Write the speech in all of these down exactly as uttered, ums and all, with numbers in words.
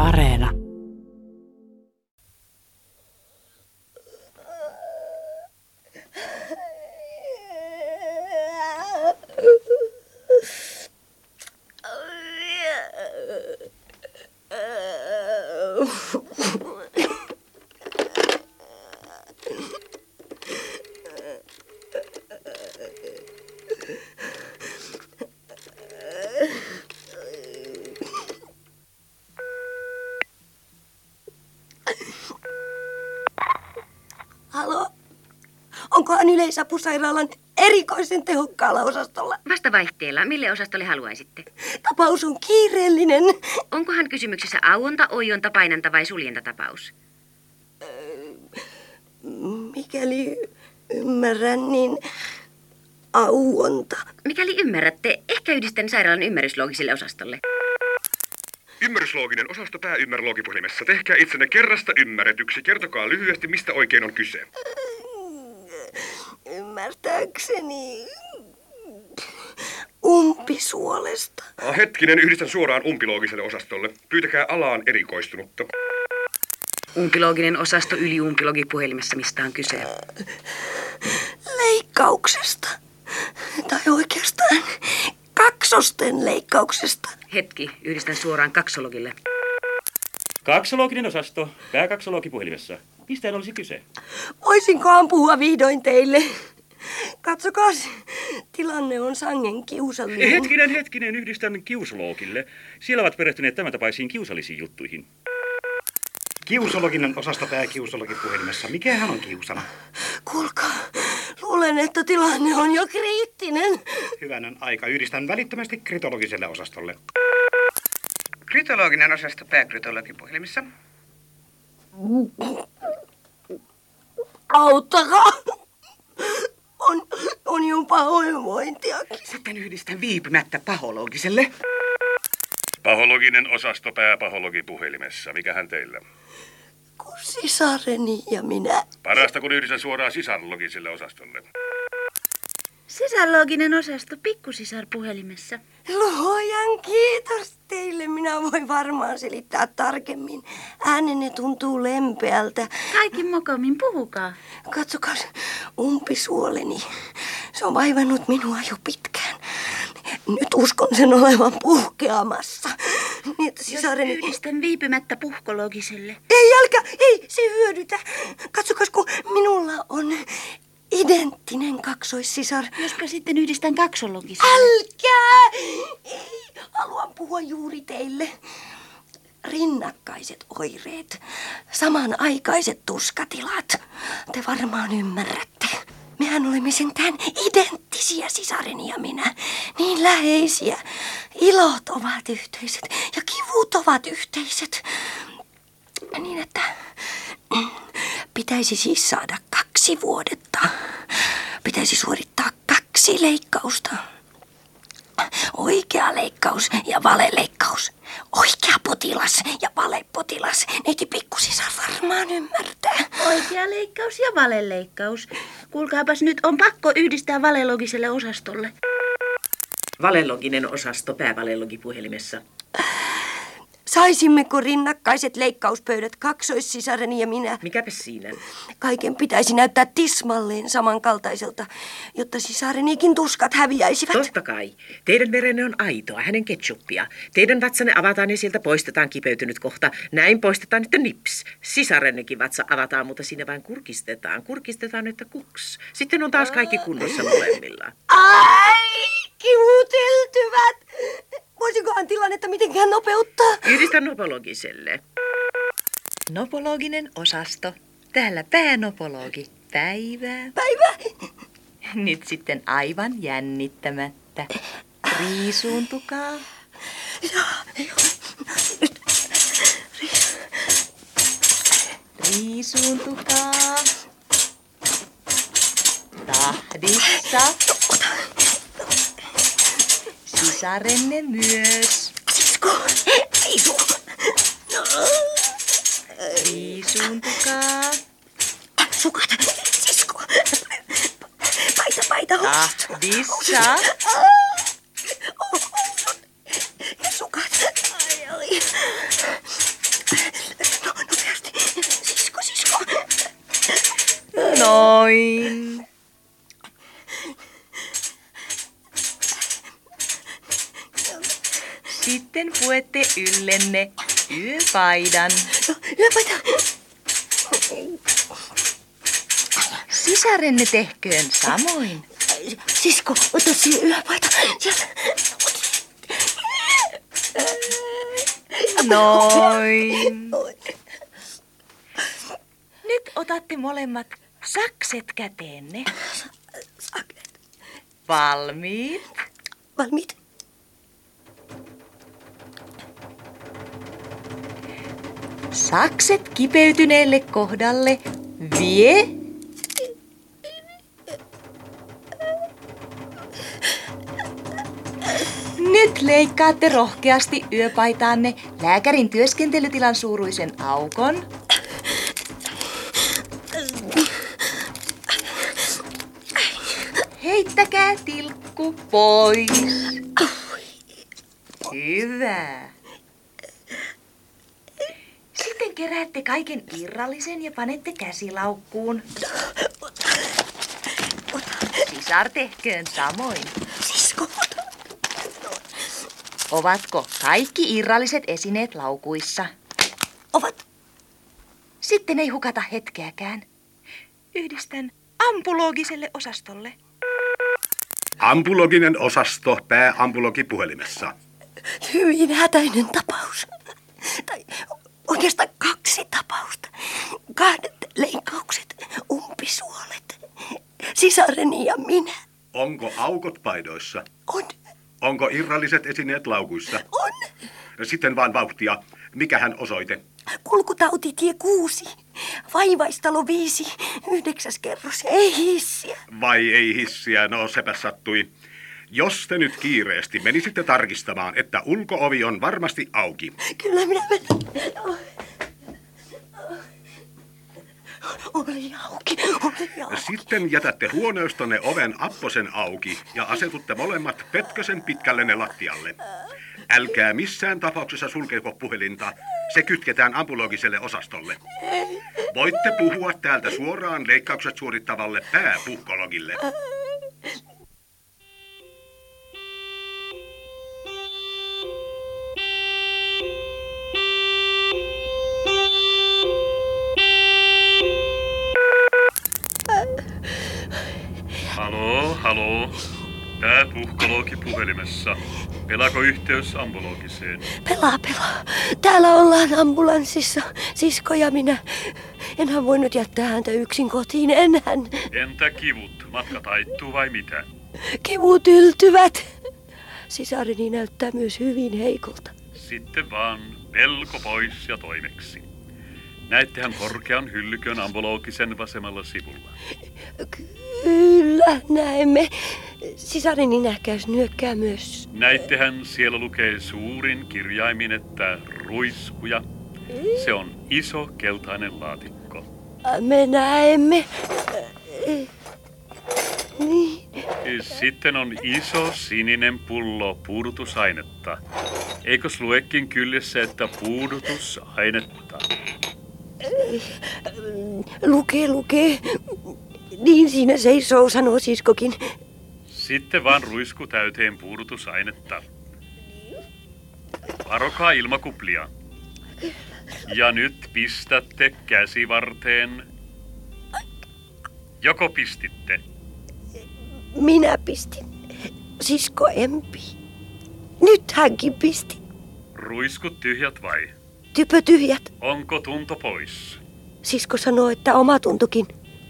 Areena. Halo? Onkohan yleisapusairaalan erikoisen tehokkaalla osastolla? Vastavaihteella. Mille osastolle haluaisitte? Tapaus on kiireellinen. Onkohan kysymyksessä auonta, oionta, painanta vai suljentatapaus? Mikäli ymmärrän, niin auonta. Mikäli ymmärrätte, ehkä yhdistän sairaalan ymmärrysloogiselle osastolle. Ymmärryslooginen osasto pääymmärloogipuhelimessa. Tehkää itsenne kerrasta ymmärretyksi. Kertokaa lyhyesti, mistä oikein on kyse. Ymmärtääkseni umpisuolesta. Ah, hetkinen, yhdistän suoraan umpiloogiselle osastolle. Pyytäkää alaan erikoistunutta. Umpilooginen osasto yliumpilogipuhelimessa, mistä on kyse? Leikkauksesta. Tai oikeastaan kaksosten leikkauksesta. Hetki, yhdistän suoraan kaksologille. Kaksologinen osasto, pääkaksologipuhelimessa. Mistä olisi kyse? Voisinkohan puhua vihdoin teille? Katsokaas, tilanne on sangen kiusallinen. Hetkinen, hetkinen, yhdistän kiusoloogille. Siellä ovat perehtyneet tämän tapaisiin kiusallisiin juttuihin. Kiusologinen osasto pääkiusologipuhelimessa. Mikähän on kiusana? Kuulkaa, luulen, että tilanne on jo kriittinen. Hyvänen aika. Yhdistän välittömästi kritologiselle osastolle. Krytologinen osasto pääkrytologipuhelimessa. Auttakaa! On, on jo pahoinvointiakin. Sitten yhdistän viipymättä pahologiselle. Pahologinen osasto pääpahologipuhelimessa. Mikähän teillä? Kun sisareni ja minä. Parasta kun yhdistän suoraan sisarlogiselle osastolle. Sisarlooginen osasto pikkusisarpuhelimessa. Luojan kiitos teille. Minä voin varmaan selittää tarkemmin. Äänenne tuntuu lempeältä. Kaikin mokomin, puhukaa. Katsokaa, umpisuoleni. Se on vaivannut minua jo pitkään. Nyt uskon sen olevan puhkeamassa. Niin, että sisareni... Jos yhdistän viipymättä puhkologiselle. Ei, älkää, ei, se hyödytä. Katsokas, kun minulla on identtinen kaksoissisar. Jospa sitten yhdistän kaksologiselle. Älkää! Ei, haluan puhua juuri teille. Rinnakkaiset oireet, samanaikaiset tuskatilat. Te varmaan ymmärrätte. Mehän olemme sentään identtisiä, sisareni ja minä. Niin läheisiä. Ilot ovat yhteiset ja kivut ovat yhteiset. Niin, että pitäisi siis saada kaksi vuodetta. Pitäisi suorittaa kaksi leikkausta. Oikea leikkaus ja valeleikkaus. Oikea potilas ja valepotilas. Neiti pikkusisar varmaan ymmärtää. Oikea leikkaus ja valeleikkaus. Kuulkaapas, nyt on pakko yhdistää valelogiselle osastolle. Valeloginen osasto päävalelogipuhelimessa. Saisimmeko rinnakkaiset leikkauspöydät kaksoissisareni ja minä? Mikäpäs siinä? Kaiken pitäisi näyttää tismalleen samankaltaiselta, jotta sisarenikin tuskat häviäisivät. Totta kai. Teidän verenne on aitoa, hänen ketsuppia. Teidän vatsanne avataan ja sieltä poistetaan kipeytynyt kohta. Näin poistetaan, että nips. Sisarennekin vatsa avataan, mutta siinä vain kurkistetaan. Kurkistetaan, että kuks. Sitten on taas kaikki kunnossa molemmilla. Ai, kivuteltyvät! Voisinkohan tilannetta mitenkään nopeuttaa? Yhdistä nopologiselle. Nopologinen osasto. Täällä päänopologi. Päivää. Päivä! Nyt sitten aivan jännittämättä. Riisuuntukaa. Joo, joo. Nyt. Riisuuntukaa. Tahdissa. Sisarenne myös. Sisko, riisu. Riisuuntukaa. Sukat, sisko. Paita, paita, housut. Tahdissa. Housut. Ja sukat. Ai, ai. Noin. Sitten puette yllenne yöpaidan. Yöpaita. Sisarenne tehköön samoin. Sisko, ota siihen yöpaita. Sieltä. Noin. Nyt otatte molemmat sakset käteenne. Sakset. Valmiit? Valmiit? Sakset kipeytyneelle kohdalle. Vie. Nyt leikkaatte rohkeasti yöpaitaanne lääkärin työskentelytilan suuruisen aukon. Heittäkää tilkku pois. Hyvä. Sitten keräätte kaiken irrallisen ja panette käsilaukkuun. Sisar tehköön samoin. Sisko, ota. Ovatko kaikki irralliset esineet laukuissa? Ovat. Sitten ei hukata hetkeäkään. Yhdistän ampulogiselle osastolle. Ampuloginen osasto pääampulogi puhelimessa. Hyvin hätäinen tapaus. Tai oikeastaan kaksi tapausta. Kahdet leikkaukset, umpisuolet. Sisareni ja minä. Onko aukot paidoissa? On, Onko irralliset esineet laukuissa? on. Sitten vaan vauhtia. Mikähän osoite? Kulkutautitie kuusi. Vaivaistalo viisi. Yhdeksäs kerros. Ei hissiä. Vai ei hissiä? No sepä sattui. Jos te nyt kiireesti menisitte tarkistamaan, että ulko-ovi on varmasti auki. Kyllä minä menen. Oli auki, oli auki. Sitten jätätte huoneustonne oven apposen auki ja asetutte molemmat Petkösen pitkällenne lattialle. Älkää missään tapauksessa sulkeko puhelinta. Se kytketään ampulogiselle osastolle. Voitte puhua täältä suoraan leikkaukset suorittavalle pääpuhkologille. Haloo, haloo. Pääpuhkologi puhelimessa. Pelaako yhteys ambulogiseen? Pelaa, pelaa. Täällä ollaan ambulanssissa. Sisko ja minä. Enhän voinut jättää häntä yksin kotiin, enhän. Entä kivut? Matka taittuu vai mitä? Kivut yltyvät. Sisareni näyttää myös hyvin heikolta. Sitten vaan pelko pois ja toimeksi. Näittehän korkean hyllykön ambulogisen vasemmalla sivulla. Kyllä, näemme. Sisareni nähkäys nyökkää myös. Näittehän siellä lukee suurin kirjaimin, että ruiskuja. Se on iso keltainen laatikko. Me näemme. Niin. Sitten on iso sininen pullo puudutusainetta. Eikös luekin kyljessä, että puudutusainetta? Lukee, lukee. Niin siinä seisoo, sanoo siskokin. Sitten vaan ruisku täyteen puudutusainetta. Varokaa ilmakuplia. Ja nyt pistätte käsivarteen. Joko pistitte? Minä pistin. Sisko empi. Nyt hänkin pisti. Ruiskut tyhjät vai? Typö tyhjät. Onko tunto pois? Sisko sanoo, että oma tuntokin.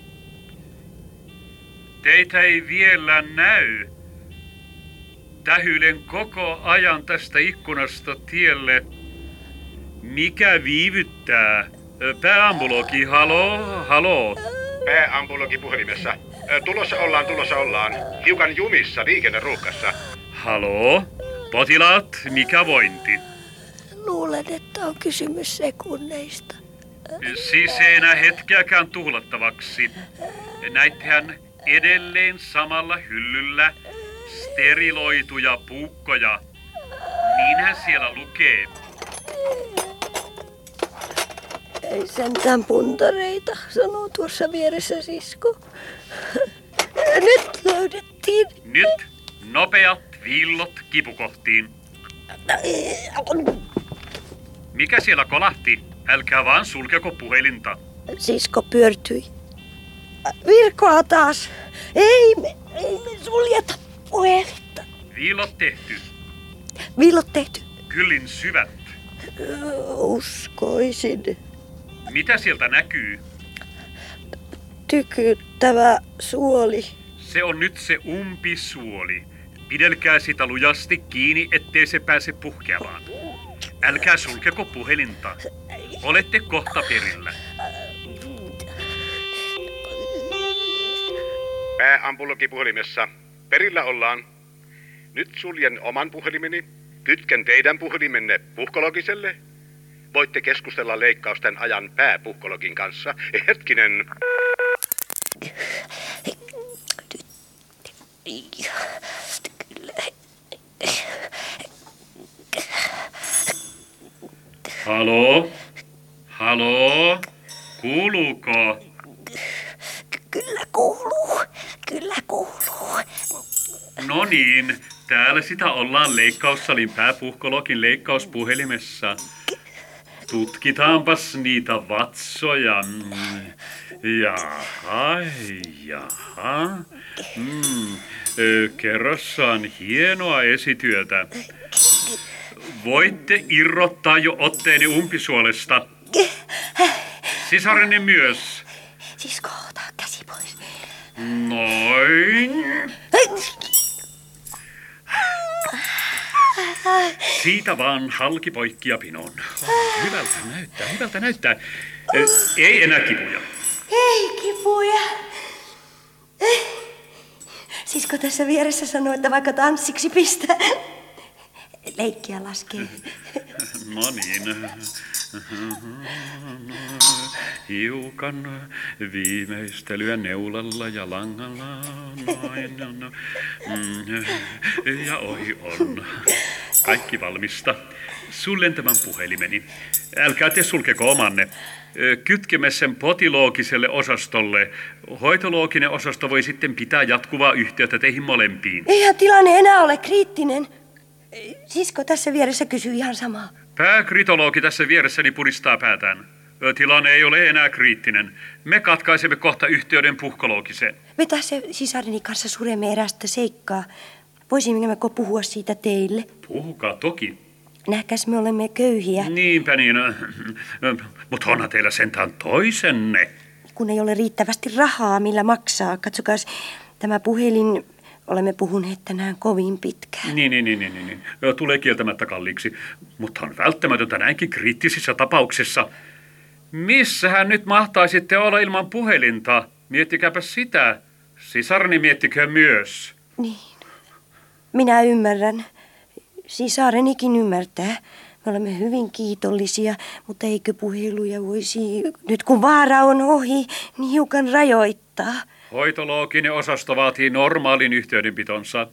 Teitä ei vielä näy. Tähyilen koko ajan tästä ikkunasta tielle. Mikä viivyttää? Pääambulogi, haloo, haloo. Pääampulogi puhelimessa. Tulossa ollaan, tulossa ollaan. Hiukan jumissa liikenneruuhkassa. Haloo? Potilaat, mikä vointi? Luulen, että on kysymys sekunneista. Siis ei enää hetkeäkään tuhlattavaksi. Näittehän edelleen samalla hyllyllä steriloituja puukkoja. Niinhän siellä lukee. Ei Sentään puntareita, sanoo tuossa vieressä sisko. Nyt löydettiin. Nyt nopeat viillot kipukohtiin. Mikä siellä kolahti? Älkää vaan sulkeko puhelinta. Sisko pyörtyi. Virkoa taas. Ei me, ei me suljeta puhelinta. Viillot tehty. Viillot tehty. Kyllin syvät. Uskoisin. Mitä sieltä näkyy? Tykyttävä suoli. Se on nyt se umpisuoli. Pidelkää sitä lujasti kiinni, ettei se pääse puhkeamaan. Älkää sulkeko puhelinta. Olette kohta perillä. Pääampulogipuhelimessa. Perillä ollaan. Nyt suljen oman puhelimeni. Kytken teidän puhelimenne puhkologiselle. Voitte keskustella leikkausten ajan pääpuhkologin kanssa. Hetkinen. Haloo? Haloo? Kuuluuko? Kyllä kuuluu. Kyllä kuuluu. No niin, täällä sitä ollaan leikkaussalin pääpuhkologin leikkauspuhelimessa. Tutkitaanpas niitä vatsoja. Jaha, jaha. Mm. Kerrossaan hienoa esityötä. Voitte irrottaa jo otteeni umpisuolesta. Sisarenne myös. Sisko, ota käsi pois. Noin. Siitä vaan halki poikki ja pinoon. Hyvältä näyttää, hyvältä näyttää. Ei enää kipuja. Ei kipuja. Sisko tässä vieressä sanoi, että vaikka tanssiksi pistää. Leikkiä laskee. No niin. Hiukan viimeistelyä neulalla ja langalla. Noin, no. Ja oi on. Kaikki valmista. Suljen tämän puhelimeni. Älkää te sulkeko omanne. Kytkemme sen potiloogiselle osastolle. Hoitolooginen osasto voi sitten pitää jatkuvaa yhteyttä teihin molempiin. Eihän tilanne enää ole kriittinen. Sisko tässä vieressä kysyy ihan samaa. Pääkritologi tässä vieressäni puristaa päätään. Tilanne ei ole enää kriittinen. Me katkaisemme kohta yhteyden puhkologiseen. Me tässä sisareni kanssa suremme erästä seikkaa. Voisimmeko puhua siitä teille? Puhukaa toki. Nähkäs me olemme köyhiä. Niinpä niin. Mutta onhan teillä sentään toisenne. Kun ei ole riittävästi rahaa, millä maksaa. Katsokaas, tämä puhelin, olemme puhuneet tänään kovin pitkään. Niin, niin, niin, niin, niin. Tulee kieltämättä kalliiksi. Mutta on välttämätöntä näinkin kriittisissä tapauksissa. Missähän nyt mahtaisitte olla ilman puhelinta? Miettikääpä sitä. Sisareni miettikö myös. Niin. Minä ymmärrän. Sisarenikin ymmärtää. Me olemme hyvin kiitollisia, mutta eikö puheluja voisi, nyt kun vaara on ohi, niin hiukan rajoittaa? Hoitologinen osasto vaatii normaalin yhteydenpitonsa.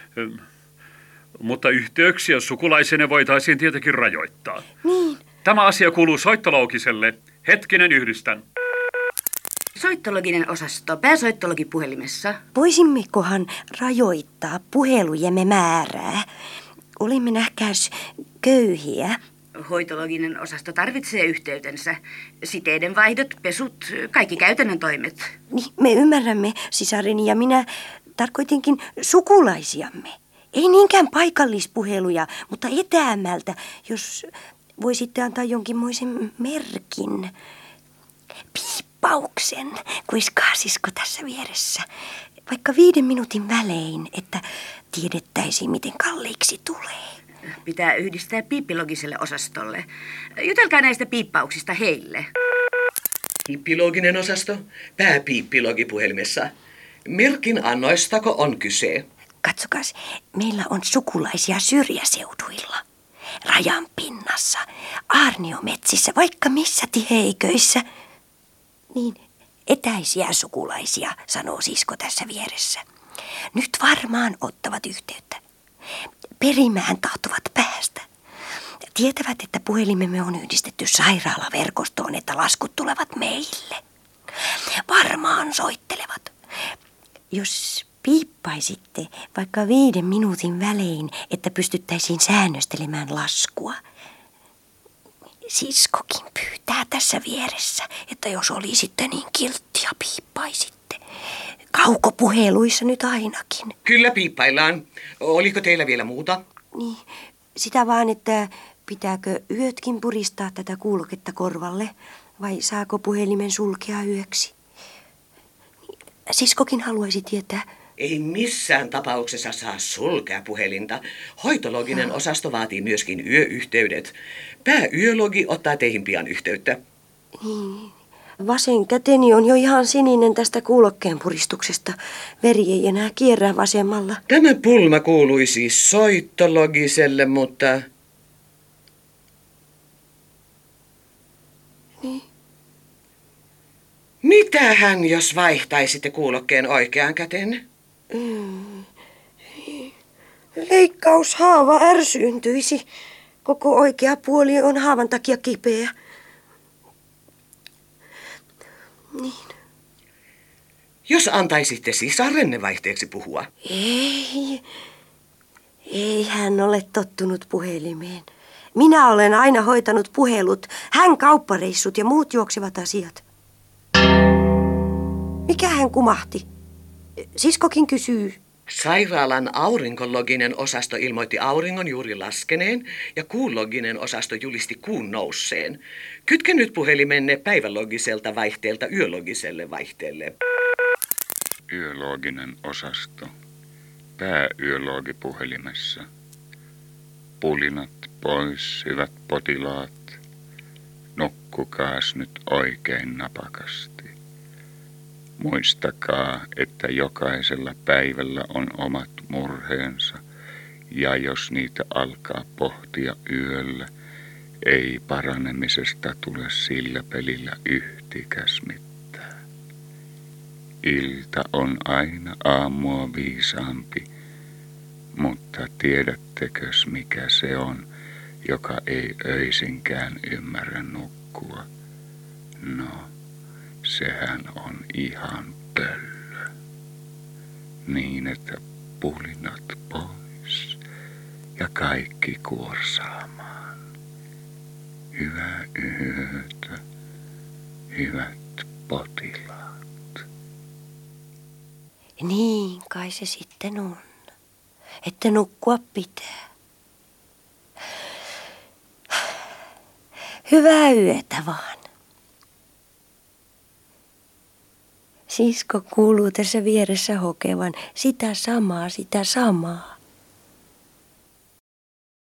Mutta yhteyksiä sukulaisenne voitaisiin tietenkin rajoittaa. Niin. Tämä asia kuuluu soittologiselle. Hetkinen, yhdistän. Soittologinen osasto, pääsoittologi puhelimessa. Voisimmekohan rajoittaa puhelujemme määrää? Olimme nähkääs köyhiä. Hoitologinen osasto tarvitsee yhteytensä. Siteiden vaihdot, pesut, kaikki käytännön toimet. Niin, me ymmärrämme, sisareni ja minä tarkoitinkin sukulaisiamme. Ei niinkään paikallispuheluja, mutta etäämmältä, jos voisitte antaa jonkinmoisen merkin. Piippauksen, kuiskaa sisko tässä vieressä. Vaikka viiden minuutin välein, että tiedettäisiin, miten kalliiksi tulee. Pitää yhdistää piippilogiselle osastolle. Jutelkaa näistä piippauksista heille. Piippiloginen osasto, pääpiippilogi puhelimessa. Merkin annoistako on kyse? Katsokas, meillä on sukulaisia syrjäseuduilla. Rajan pinnassa, aarniometsissä, vaikka missä tiheiköissä. Niin, etäisiä sukulaisia, sanoo sisko tässä vieressä. Nyt varmaan ottavat yhteyttä. Perimään tahtovat päästä. Tietävät, että puhelimemme on yhdistetty sairaalaverkostoon, että laskut tulevat meille. Varmaan soittelevat. Jos piippaisitte vaikka viiden minuutin välein, että pystyttäisiin säännöstelemään laskua. Siskokin pyytää tässä vieressä, että jos olisitte niin kilttiä, piippaisitte. Kaukopuheluissa nyt ainakin. Kyllä piippaillaan. Oliko teillä vielä muuta? Niin, sitä vaan, että pitääkö yötkin puristaa tätä kuuloketta korvalle vai saako puhelimen sulkea yöksi? Siskokin haluaisi tietää. Ei missään tapauksessa saa sulkea puhelinta. Hoitologinen osasto vaatii myöskin yöyhteydet. Pääyölogi ottaa teihin pian yhteyttä. Niin. Vasen käteni on jo ihan sininen tästä kuulokkeen puristuksesta. Veri ei enää kierrä vasemmalla. Tämä pulma kuului siis soittologiselle, mutta... Niin. Mitähän, jos vaihtaisitte kuulokkeen oikeaan käteen? Mm. Leikkaushaava ärsyyntyisi. Koko oikea puoli on haavan takia kipeä. Niin. Jos antaisitte sisarenne vaihteeksi puhua. Ei. Ei hän ole tottunut puhelimeen. Minä olen aina hoitanut puhelut, hän kauppareissut ja muut juoksevat asiat. Mikä hän kumahti? Siskokin kysyy. Sairaalan aurinkologinen osasto ilmoitti auringon juuri laskeneen ja kuuloginen osasto julisti kuun nousseen. Kytke nyt puhelimenne päivälogiselta vaihteelta yölogiselle vaihteelle. Yöloginen osasto. Pääyölogi puhelimessa. Pulinat pois, hyvät potilaat. Nukkukaas nyt oikein napakasti. Muistakaa, että jokaisella päivällä on omat murheensa, ja jos niitä alkaa pohtia yöllä, ei paranemisesta tule sillä pelillä yhtikäs mitään. Ilta on aina aamua viisaampi, mutta tiedättekös mikä se on, joka ei öisinkään ymmärrä nukkua? No. Sehän on ihan pöllö. Niin, että pulinat pois ja kaikki kuorsaamaan. Hyvää yötä, hyvät potilaat. Niin kai se sitten on, että nukkua pitää. Hyvää yötä vaan. Sisko kuuluu tässä vieressä hokevan sitä samaa, sitä samaa.